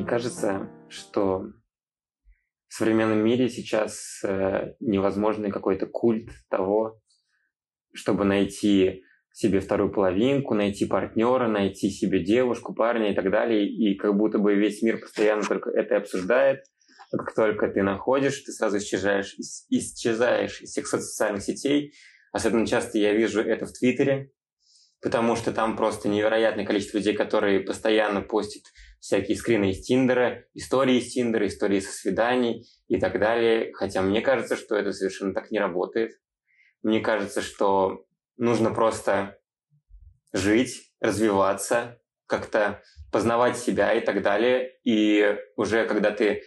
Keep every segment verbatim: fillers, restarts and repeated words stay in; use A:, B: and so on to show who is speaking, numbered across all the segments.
A: не кажется, что в современном мире сейчас э, невозможный какой-то культ того, чтобы найти себе вторую половинку, найти партнера, найти себе девушку, парня и так далее, и как будто бы весь мир постоянно только это обсуждает. Как только ты находишь, ты сразу исчезаешь, исчезаешь из всех социальных сетей. Особенно часто я вижу это в Твиттере, потому что там просто невероятное количество людей, которые постоянно постят всякие скрины из Тиндера, истории из Тиндера, истории со свиданий и так далее. Хотя мне кажется, что это совершенно так не работает. Мне кажется, что нужно просто жить, развиваться, как-то познавать себя и так далее. И уже когда ты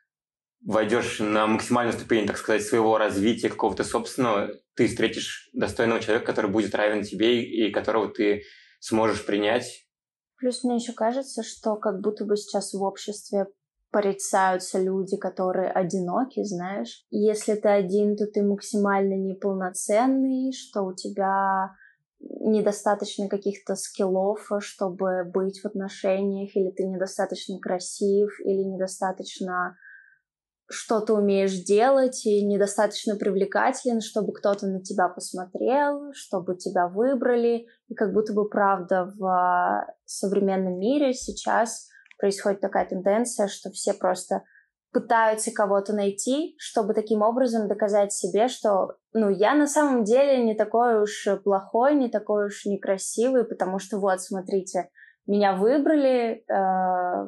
A: войдешь на максимальную ступень, так сказать, своего развития какого-то собственного, ты встретишь достойного человека, который будет равен тебе и которого ты сможешь принять.
B: Плюс мне еще кажется, что как будто бы сейчас в обществе порицаются люди, которые одиноки, знаешь. Если ты один, то ты максимально неполноценный, что у тебя недостаточно каких-то скиллов, чтобы быть в отношениях, или ты недостаточно красив, или недостаточно что-то умеешь делать, и недостаточно привлекателен, чтобы кто-то на тебя посмотрел, чтобы тебя выбрали. И как будто бы, правда, в современном мире сейчас происходит такая тенденция, что все просто пытаются кого-то найти, чтобы таким образом доказать себе, что ну, я на самом деле не такой уж плохой, не такой уж некрасивый, потому что вот, смотрите, меня выбрали, э,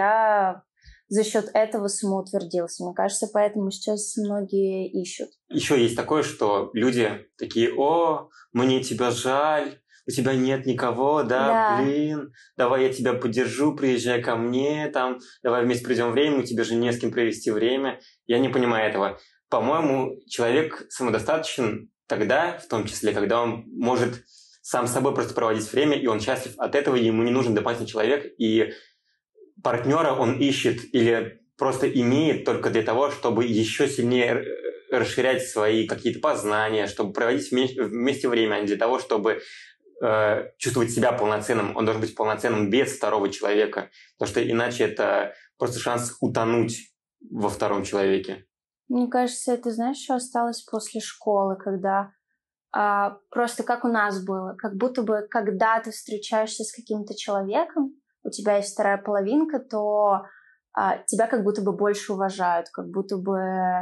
B: я за счет этого самоутвердился. Мне кажется, поэтому сейчас многие ищут.
A: Еще есть такое, что люди такие: о, мне тебя жаль, у тебя нет никого, да, да, блин, давай я тебя поддержу, приезжай ко мне, там, давай вместе проведем время, у тебя же не с кем провести время. Я не понимаю этого. По-моему, человек самодостаточен тогда, в том числе, когда он может сам с собой просто проводить время, и он счастлив от этого, ему не нужен дополнительный человек, и партнера он ищет или просто имеет только для того, чтобы еще сильнее расширять свои какие-то познания, чтобы проводить вместе время, а не для того, чтобы э, чувствовать себя полноценным. Он должен быть полноценным без второго человека, потому что иначе это просто шанс утонуть во втором человеке.
B: Мне кажется, это, знаешь, что осталось после школы, когда а, просто как у нас было, как будто бы, когда ты встречаешься с каким-то человеком, у тебя есть вторая половинка, то а, тебя как будто бы больше уважают, как будто бы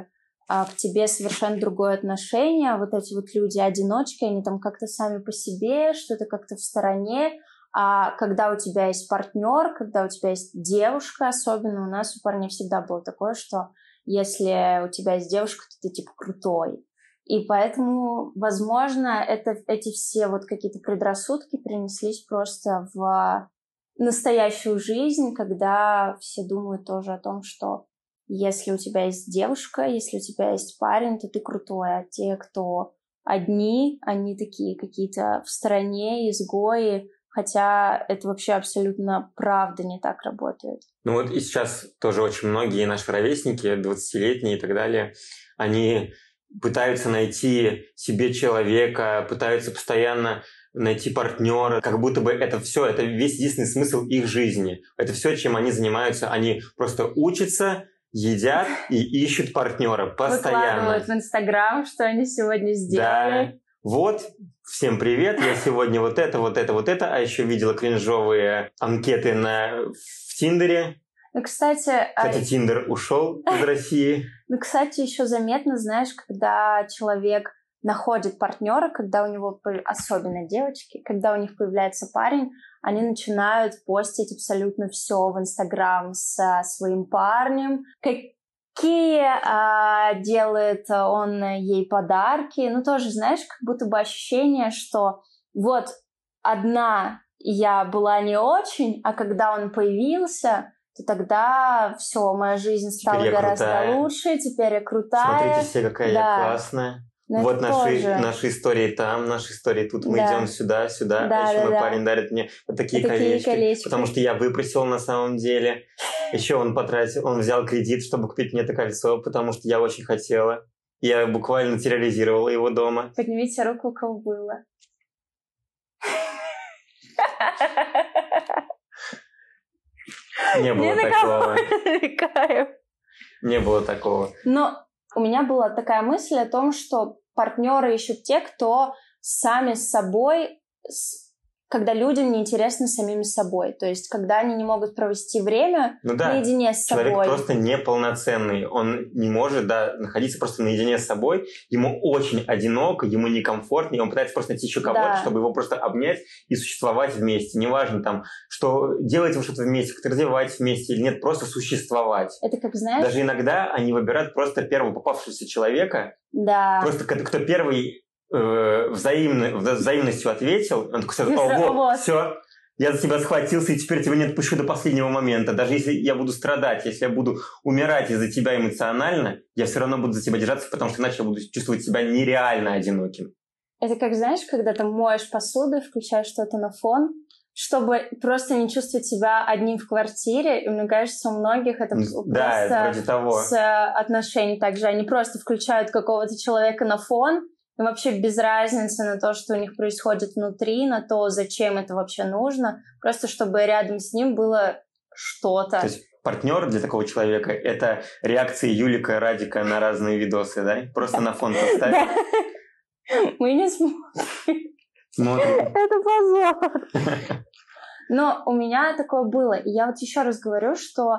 B: а, к тебе совершенно другое отношение. А вот эти вот люди-одиночки, они там как-то сами по себе, что-то как-то в стороне. А когда у тебя есть партнер, когда у тебя есть девушка, особенно у нас у парней всегда было такое, что если у тебя есть девушка, то ты типа крутой. И поэтому, возможно, это, эти все вот какие-то предрассудки перенеслись просто в настоящую жизнь, когда все думают тоже о том, что если у тебя есть девушка, если у тебя есть парень, то ты крутой, а те, кто одни, они такие какие-то в стороне, изгои, хотя это вообще абсолютно правда не так работает.
A: Ну вот и сейчас тоже очень многие наши ровесники, двадцатилетние и так далее, они пытаются найти себе человека, пытаются постоянно найти партнера, как будто бы это все, это весь единственный смысл их жизни. Это все, чем они занимаются. Они просто учатся, едят и ищут партнера постоянно.
B: Выкладывают в Инстаграм, что они сегодня сделали.
A: Да. Вот, всем привет, я сегодня вот это, вот это, вот это, а еще видела кринжовые анкеты на... в Тиндере.
B: Ну, кстати...
A: Кстати, Тиндер ушел из России.
B: Ну, кстати, еще заметно, знаешь, когда человек находит партнера, когда у него, особенно девочки, когда у них появляется парень, они начинают постить абсолютно все в Инстаграм со своим парнем, какие а, делает он ей подарки. Ну, тоже, знаешь, как будто бы ощущение, что вот одна я была не очень, а когда он появился, то тогда все, моя жизнь стала гораздо крутая. Лучше, теперь я крутая.
A: Смотрите все, какая да. я классная. Но вот наши, наши истории там, наши истории тут. Мы да. идем сюда, сюда.
B: Да,
A: а еще
B: да,
A: мой
B: да.
A: парень дарит мне вот такие, вот колечки, такие колечки. Потому что я выпросил на самом деле. Еще он потратил, он взял кредит, чтобы купить мне это кольцо, потому что я очень хотела. Я буквально терроризировала его дома.
B: Поднимите руку, у кого было.
A: Не было такого. Не было такого.
B: Но у меня была такая мысль о том, что партнеры ищут те, кто сами с собой, когда людям неинтересно самим собой. То есть, когда они не могут провести время ну да, наедине с собой.
A: Человек просто неполноценный. Он не может да, находиться просто наедине с собой. Ему очень одиноко, ему некомфортно, и он пытается просто найти еще кого-то, да. чтобы его просто обнять и существовать вместе. Неважно, там, что делать вы что-то вместе, как-то развивать вместе или нет, просто существовать.
B: Это как, знаешь...
A: Даже иногда они выбирают просто первого попавшегося человека.
B: Да.
A: Просто кто первый... Взаимно, взаимностью ответил, он такой сразу, о, вот, вот, все, я за тебя схватился, и теперь тебя не отпущу до последнего момента. Даже если я буду страдать, если я буду умирать из-за тебя эмоционально, я все равно буду за тебя держаться, потому что иначе я буду чувствовать себя нереально одиноким.
B: Это как, знаешь, когда ты моешь посуду и включаешь что-то на фон, чтобы просто не чувствовать себя одним в квартире. И мне кажется, у многих это
A: да,
B: просто
A: вроде того.
B: с отношений также. Они просто включают какого-то человека на фон, и вообще без разницы на то, что у них происходит внутри, на то, зачем это вообще нужно, просто чтобы рядом с ним было что-то.
A: То есть партнер для такого человека — это реакции Юлика Радика на разные видосы, да? Просто на фон поставить.
B: Мы не смотрим.
A: Смотрим.
B: Это позор. Но у меня такое было. И я вот еще раз говорю, что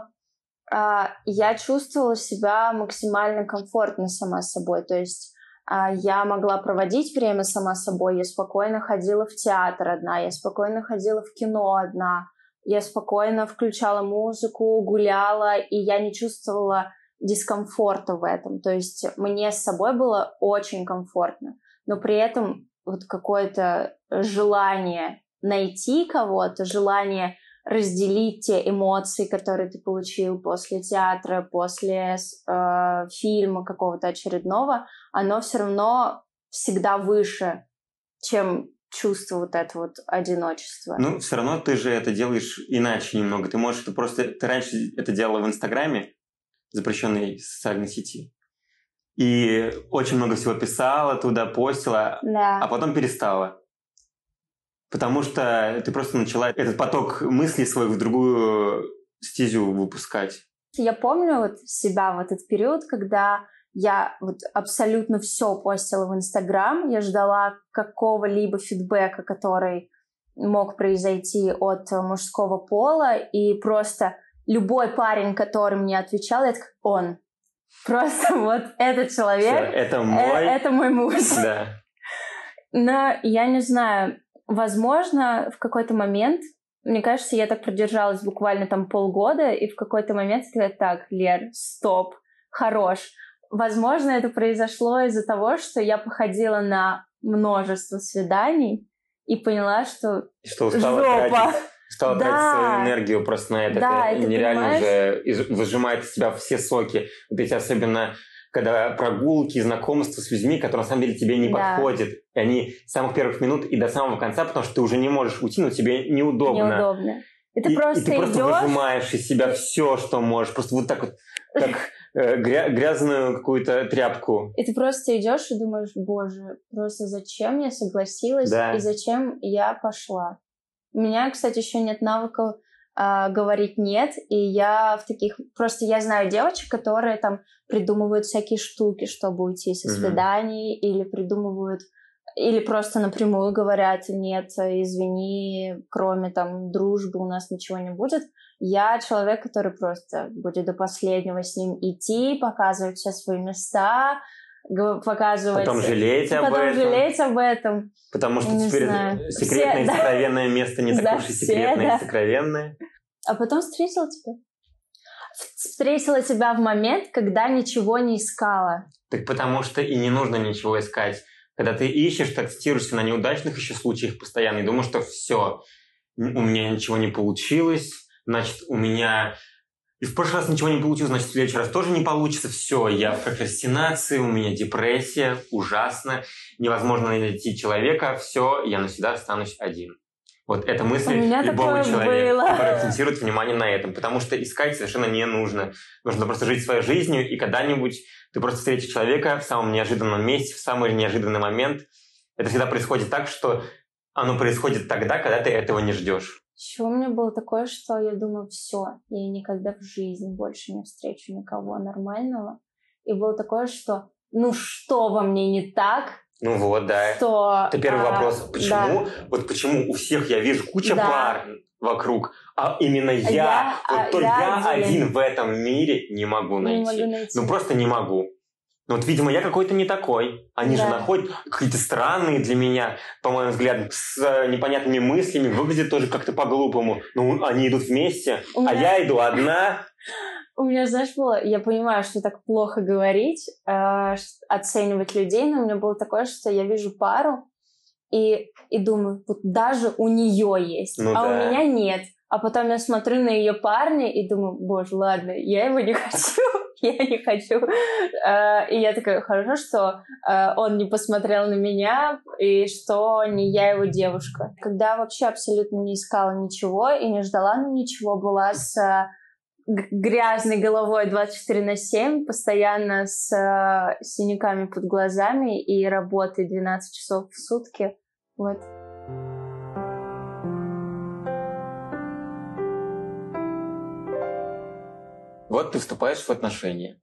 B: я чувствовала себя максимально комфортно сама с собой. То есть я могла проводить время сама собой, я спокойно ходила в театр одна, я спокойно ходила в кино одна, я спокойно включала музыку, гуляла, и я не чувствовала дискомфорта в этом. То есть мне с собой было очень комфортно, но при этом вот какое-то желание найти кого-то, желание разделить те эмоции, которые ты получил после театра, после э, фильма какого-то очередного, оно все равно всегда выше, чем чувство вот этого вот одиночества.
A: Ну, все равно ты же это делаешь иначе немного. Ты можешь это просто... Ты раньше это делала в Инстаграме, запрещенной социальной сети, и очень много всего писала туда, постила,
B: да.
A: а потом перестала. Потому что ты просто начала этот поток мыслей своих в другую стезю выпускать.
B: Я помню вот себя в этот период, когда я вот абсолютно все постила в Инстаграм, я ждала какого-либо фидбэка, который мог произойти от мужского пола, и просто любой парень, который мне отвечал, это как он. Просто вот этот человек,
A: Всё, это мой,
B: э- это мой муж.
A: Да.
B: Но я не знаю... Возможно, в какой-то момент, мне кажется, я так продержалась буквально там полгода, и в какой-то момент я сказала: так, Лер, стоп, хорош. Возможно, это произошло из-за того, что я походила на множество свиданий и поняла, что,
A: что устала
B: жопа.
A: Тратить, стала
B: да.
A: тратить свою энергию просто на это.
B: Да,
A: это
B: это
A: нереально
B: понимаешь?
A: уже выжимает из себя все соки. Вот эти особенно... когда прогулки, знакомства с людьми, которые на самом деле тебе не да. подходят. И они с самых первых минут и до самого конца, потому что ты уже не можешь уйти, но тебе неудобно.
B: Неудобно. И ты
A: и,
B: просто
A: и ты просто
B: идёшь...
A: выжимаешь из себя все, что можешь. Просто вот так вот, как э, гря- грязную какую-то тряпку.
B: И ты просто идешь и думаешь: боже, просто зачем я согласилась
A: да.
B: и зачем я пошла. У меня, кстати, еще нет навыков Uh, говорить нет, и я в таких... Просто я знаю девочек, которые там придумывают всякие штуки, чтобы уйти со свиданий, mm-hmm. или придумывают... Или просто напрямую говорят: нет, извини, кроме там дружбы у нас ничего не будет. Я человек, который просто будет до последнего с ним идти, показывать все свои места, показывать...
A: Потом жалеть об
B: потом
A: этом.
B: жалеть об этом.
A: Потому что
B: не
A: теперь
B: знаю.
A: секретное
B: все,
A: и сокровенное да. место не такое уж и секретное
B: да.
A: и сокровенное.
B: А потом встретила тебя. Встретила тебя в момент, когда ничего не искала.
A: Так потому что и не нужно ничего искать. Когда ты ищешь, ты акцентируешься на неудачных еще случаях постоянно и думаешь, что все, у меня ничего не получилось, значит, у меня... И в прошлый раз ничего не получилось, значит, в следующий раз тоже не получится. Все, я в прокрастинации, у меня депрессия, ужасно, невозможно найти человека, все, я навсегда останусь один. Вот эта мысль любого человека,
B: было.
A: который акцентирует внимание на этом, потому что искать совершенно не нужно. Нужно просто жить своей жизнью, и когда-нибудь ты просто встретишь человека в самом неожиданном месте, в самый неожиданный момент. Это всегда происходит так, что оно происходит тогда, когда ты этого не ждешь.
B: Еще у меня было такое, что я думаю, все, я никогда в жизни больше не встречу никого нормального. И было такое, что ну что во мне не так?
A: Ну вот, да.
B: Что,
A: это первый
B: а,
A: вопрос. Почему?
B: Да.
A: Вот почему у всех я вижу куча
B: да.
A: пар вокруг, а именно я,
B: я
A: вот
B: а,
A: только
B: я,
A: я один в этом мире не могу найти.
B: Не могу найти.
A: Ну просто не могу. Ну вот, видимо, я какой-то не такой. Они да. же находят какие-то странные для меня, по моему взгляду, с непонятными мыслями, выглядят тоже как-то по-глупому. Ну, они идут вместе, у а меня... я иду одна.
B: У меня, знаешь, было... Я понимаю, что так плохо говорить, э, оценивать людей, но у меня было такое, что я вижу пару и, и думаю, вот даже у нее есть, ну, а да. у меня нет. А потом я смотрю на ее парня и думаю, боже, ладно, я его не хочу. Я не хочу. И я такая, хорошо, что он не посмотрел на меня, и что не я его девушка. Когда вообще абсолютно не искала ничего и не ждала ничего, была с грязной головой двадцать четыре на семь, постоянно с синяками под глазами и работой двенадцать часов в сутки. Вот.
A: Вот ты вступаешь в отношения.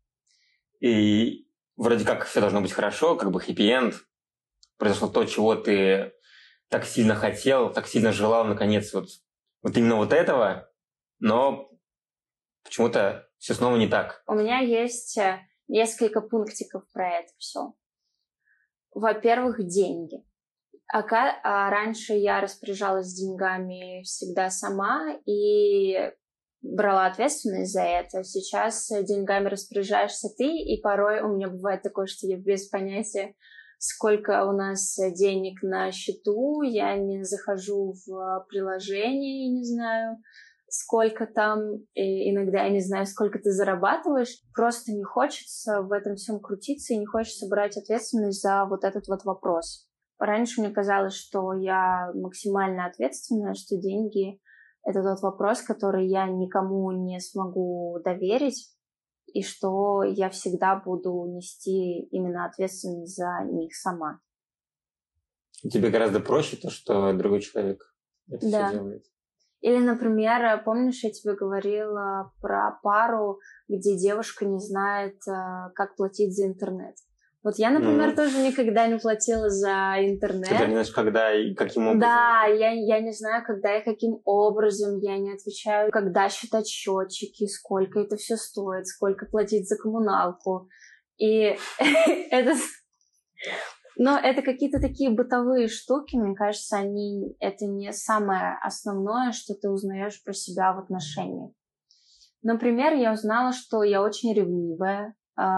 A: И вроде как все должно быть хорошо, как бы хэппи-энд. Произошло то, чего ты так сильно хотел, так сильно желал, наконец, вот, вот именно вот этого. Но почему-то все снова не так.
B: У меня есть несколько пунктиков про это все. Во-первых, деньги. А раньше я распоряжалась деньгами всегда сама и брала ответственность за это. Сейчас деньгами распоряжаешься ты, и порой у меня бывает такое, что я без понятия, сколько у нас денег на счету, я не захожу в приложение и не знаю, сколько там, и иногда я не знаю, сколько ты зарабатываешь. Просто не хочется в этом всем крутиться и не хочется брать ответственность за вот этот вот вопрос. Раньше мне казалось, что я максимально ответственная, что деньги — это тот вопрос, который я никому не смогу доверить, и что я всегда буду нести именно ответственность за них сама.
A: Тебе гораздо проще то, что другой человек это
B: да.
A: все делает.
B: Или, например, помнишь, я тебе говорила про пару, где девушка не знает, как платить за интернет. Вот я, например, mm. тоже никогда не платила за интернет.
A: Ты даже не знаешь, когда и каким образом?
B: Да, я, я не знаю, когда и каким образом, я не отвечаю, когда считать счетчики, сколько это все стоит, сколько платить за коммуналку. И это... Но это какие-то такие бытовые штуки, мне кажется, они... это не самое основное, что ты узнаешь про себя в отношениях. Например, я узнала, что я очень ревнивая,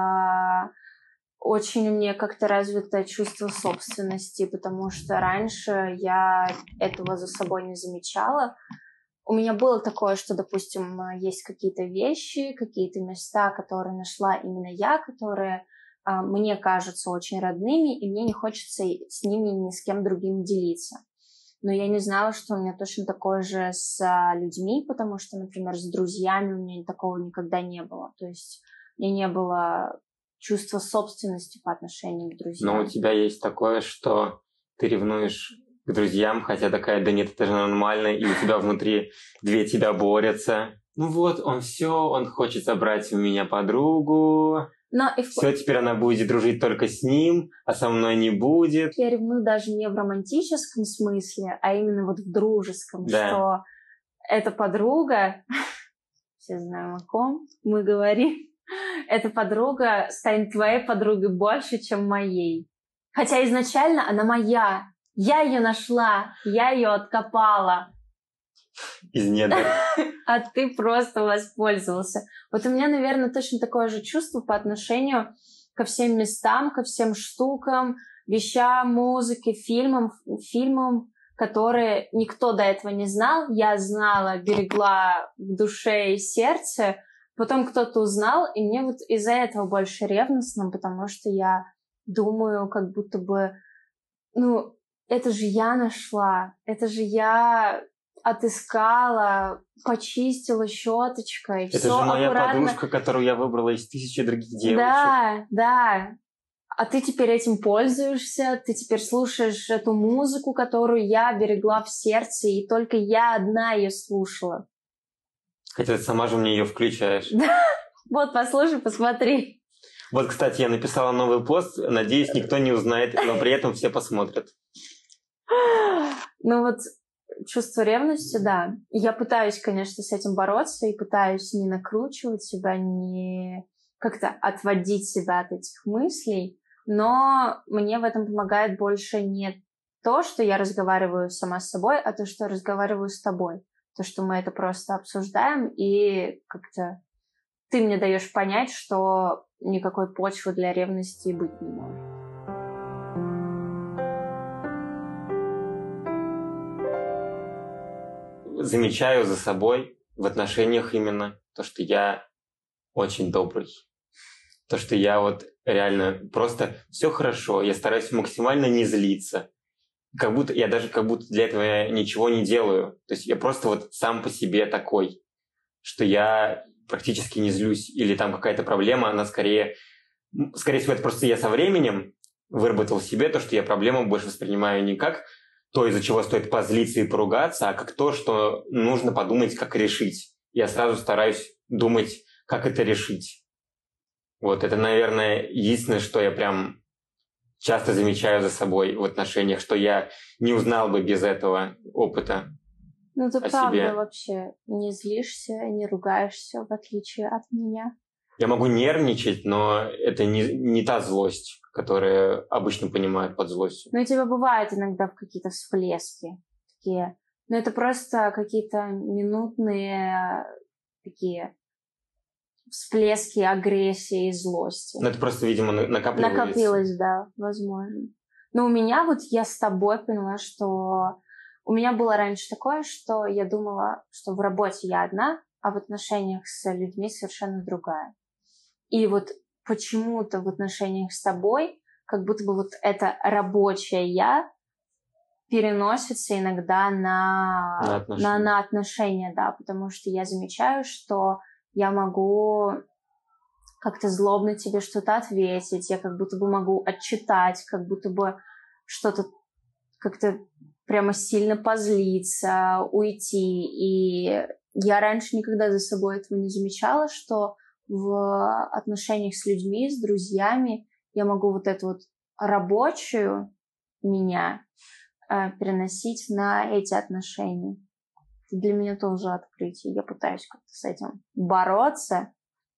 B: очень у меня как-то развито чувство собственности, потому что раньше я этого за собой не замечала. У меня было такое, что, допустим, есть какие-то вещи, какие-то места, которые нашла именно я, которые а, мне кажутся очень родными, и мне не хочется с ними ни с кем другим делиться. Но я не знала, что у меня точно такое же с людьми, потому что, например, с друзьями у меня такого никогда не было. То есть у меня не было чувство собственности по отношению к друзьям.
A: Но у тебя есть такое, что ты ревнуешь к друзьям, хотя такая, да нет, это же нормально, и у тебя внутри две тебя борются. Ну вот, он все, он хочет забрать у меня подругу.
B: Но и в...
A: Все, теперь она будет дружить только с ним, а со мной не будет.
B: Я ревную даже не в романтическом смысле, а именно вот в дружеском, да. Что эта подруга, все знаем о ком мы говорим, эта подруга станет твоей подругой больше, чем моей. Хотя изначально она моя. Я ее нашла, я ее откопала.
A: Из недр.
B: А ты просто воспользовался. Вот у меня, наверное, точно такое же чувство по отношению ко всем местам, ко всем штукам, вещам, музыке, фильмам, фильмам, которые никто до этого не знал. Я знала, берегла в душе и сердце. Потом кто-то узнал, и мне вот из-за этого больше ревностно, потому что я думаю, как будто бы, ну, это же я нашла, это же я отыскала, почистила щеточкой.
A: Это же моя аккуратно... подружка, которую я выбрала из тысячи других девушек.
B: Да, да. а ты теперь этим пользуешься, ты теперь слушаешь эту музыку, которую я берегла в сердце, и только я одна ее слушала.
A: Хотя ты сама же мне ее включаешь.
B: Вот, послушай, посмотри.
A: Вот, кстати, я написала новый пост, надеюсь, никто не узнает, но при этом все посмотрят.
B: Ну вот, чувство ревности, да. Я пытаюсь, конечно, с этим бороться и пытаюсь не накручивать себя, не как-то отводить себя от этих мыслей, но мне в этом помогает больше не то, что я разговариваю сама с собой, а то, что я разговариваю с тобой. То, что мы это просто обсуждаем, и как-то ты мне даешь понять, что никакой почвы для ревности быть не может.
A: Замечаю за собой в отношениях именно то, что я очень добрый. То, что я вот реально просто все хорошо, я стараюсь максимально не злиться. Как будто я даже как будто для этого ничего не делаю. То есть я просто вот сам по себе такой, что я практически не злюсь. Или там какая-то проблема, она скорее... Скорее всего, это просто я со временем выработал в себе то, что я проблему больше воспринимаю не как то, из-за чего стоит позлиться и поругаться, а как то, что нужно подумать, как решить. Я сразу стараюсь думать, как это решить. Вот это, наверное, единственное, что я прям часто замечаю за собой в отношениях, что я не узнал бы без этого опыта.
B: Ну, ты
A: о
B: правда
A: себе.
B: вообще не злишься, не ругаешься, в отличие от меня.
A: Я могу нервничать, но это не, не та злость, которую обычно понимают под злостью.
B: Но у тебя бывают иногда какие-то всплески такие. Но это просто какие-то минутные такие всплески агрессии и злости.
A: Ну, это просто, видимо, накапливается.
B: Накопилось, да, возможно. Но у меня вот я с тобой поняла, что у меня было раньше такое, что я думала, что в работе я одна, а в отношениях с людьми совершенно другая. И вот почему-то в отношениях с тобой как будто бы вот это рабочее «я» переносится иногда на,
A: на, отношения.
B: на, на отношения, да, потому что я замечаю, что я могу как-то злобно тебе что-то ответить, я как будто бы могу отчитать, как будто бы что-то как-то прямо сильно позлиться, уйти. И я раньше никогда за собой этого не замечала, что в отношениях с людьми, с друзьями я могу вот эту вот рабочую меня э, переносить на эти отношения. Это для меня тоже открытие. Я пытаюсь как-то с этим бороться,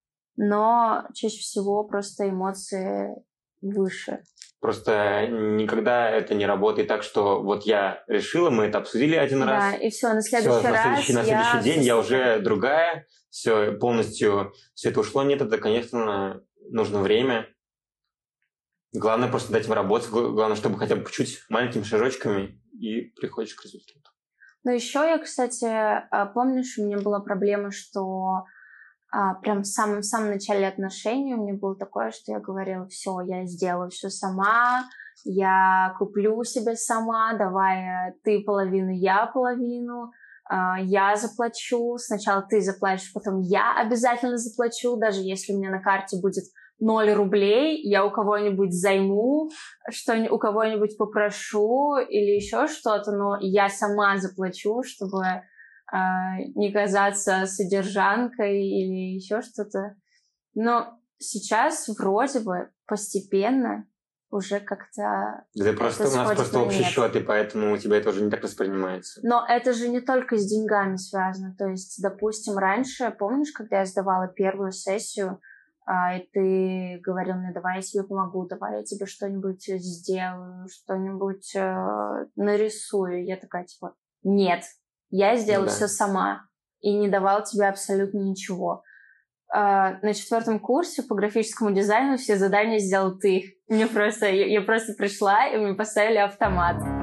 B: но чаще всего просто эмоции выше.
A: Просто никогда это не работает так, что вот я решила, мы это обсудили один
B: да,
A: раз.
B: Да, и все, на следующий
A: все,
B: раз
A: на следующий, на следующий
B: я
A: день я уже другая, все полностью, все это ушло. Нет, это, конечно, нужно время. Главное просто дать им работать, главное, чтобы хотя бы чуть маленькими шажочками и приходишь к результату.
B: Ну, еще я, кстати, помнишь, у меня была проблема, что а, прям в самом, в самом начале отношений у меня было такое, что я говорила, все, я сделаю все сама, я куплю себе сама, давай ты половину, я половину, а, я заплачу, сначала ты заплатишь, потом я обязательно заплачу, даже если у меня на карте будет ноль рублей, я у кого-нибудь займу, что у кого-нибудь попрошу или еще что-то, но я сама заплачу, чтобы э, не казаться содержанкой или еще что-то. Но сейчас вроде бы постепенно уже как-то...
A: Да просто, у нас просто общий счет, и поэтому у тебя это уже не так воспринимается.
B: Но это же не только с деньгами связано. То есть, допустим, раньше, помнишь, когда я сдавала первую сессию, и ты говорил мне, давай я тебе помогу, давай я тебе что-нибудь сделаю, что-нибудь э, нарисую. Я такая, типа, нет, я сделаю
A: да.
B: все сама. И не давал тебе абсолютно ничего. Э, на четвертом курсе по графическому дизайну все задания сделал ты. Мне просто, я, я просто пришла, и мне поставили автомат.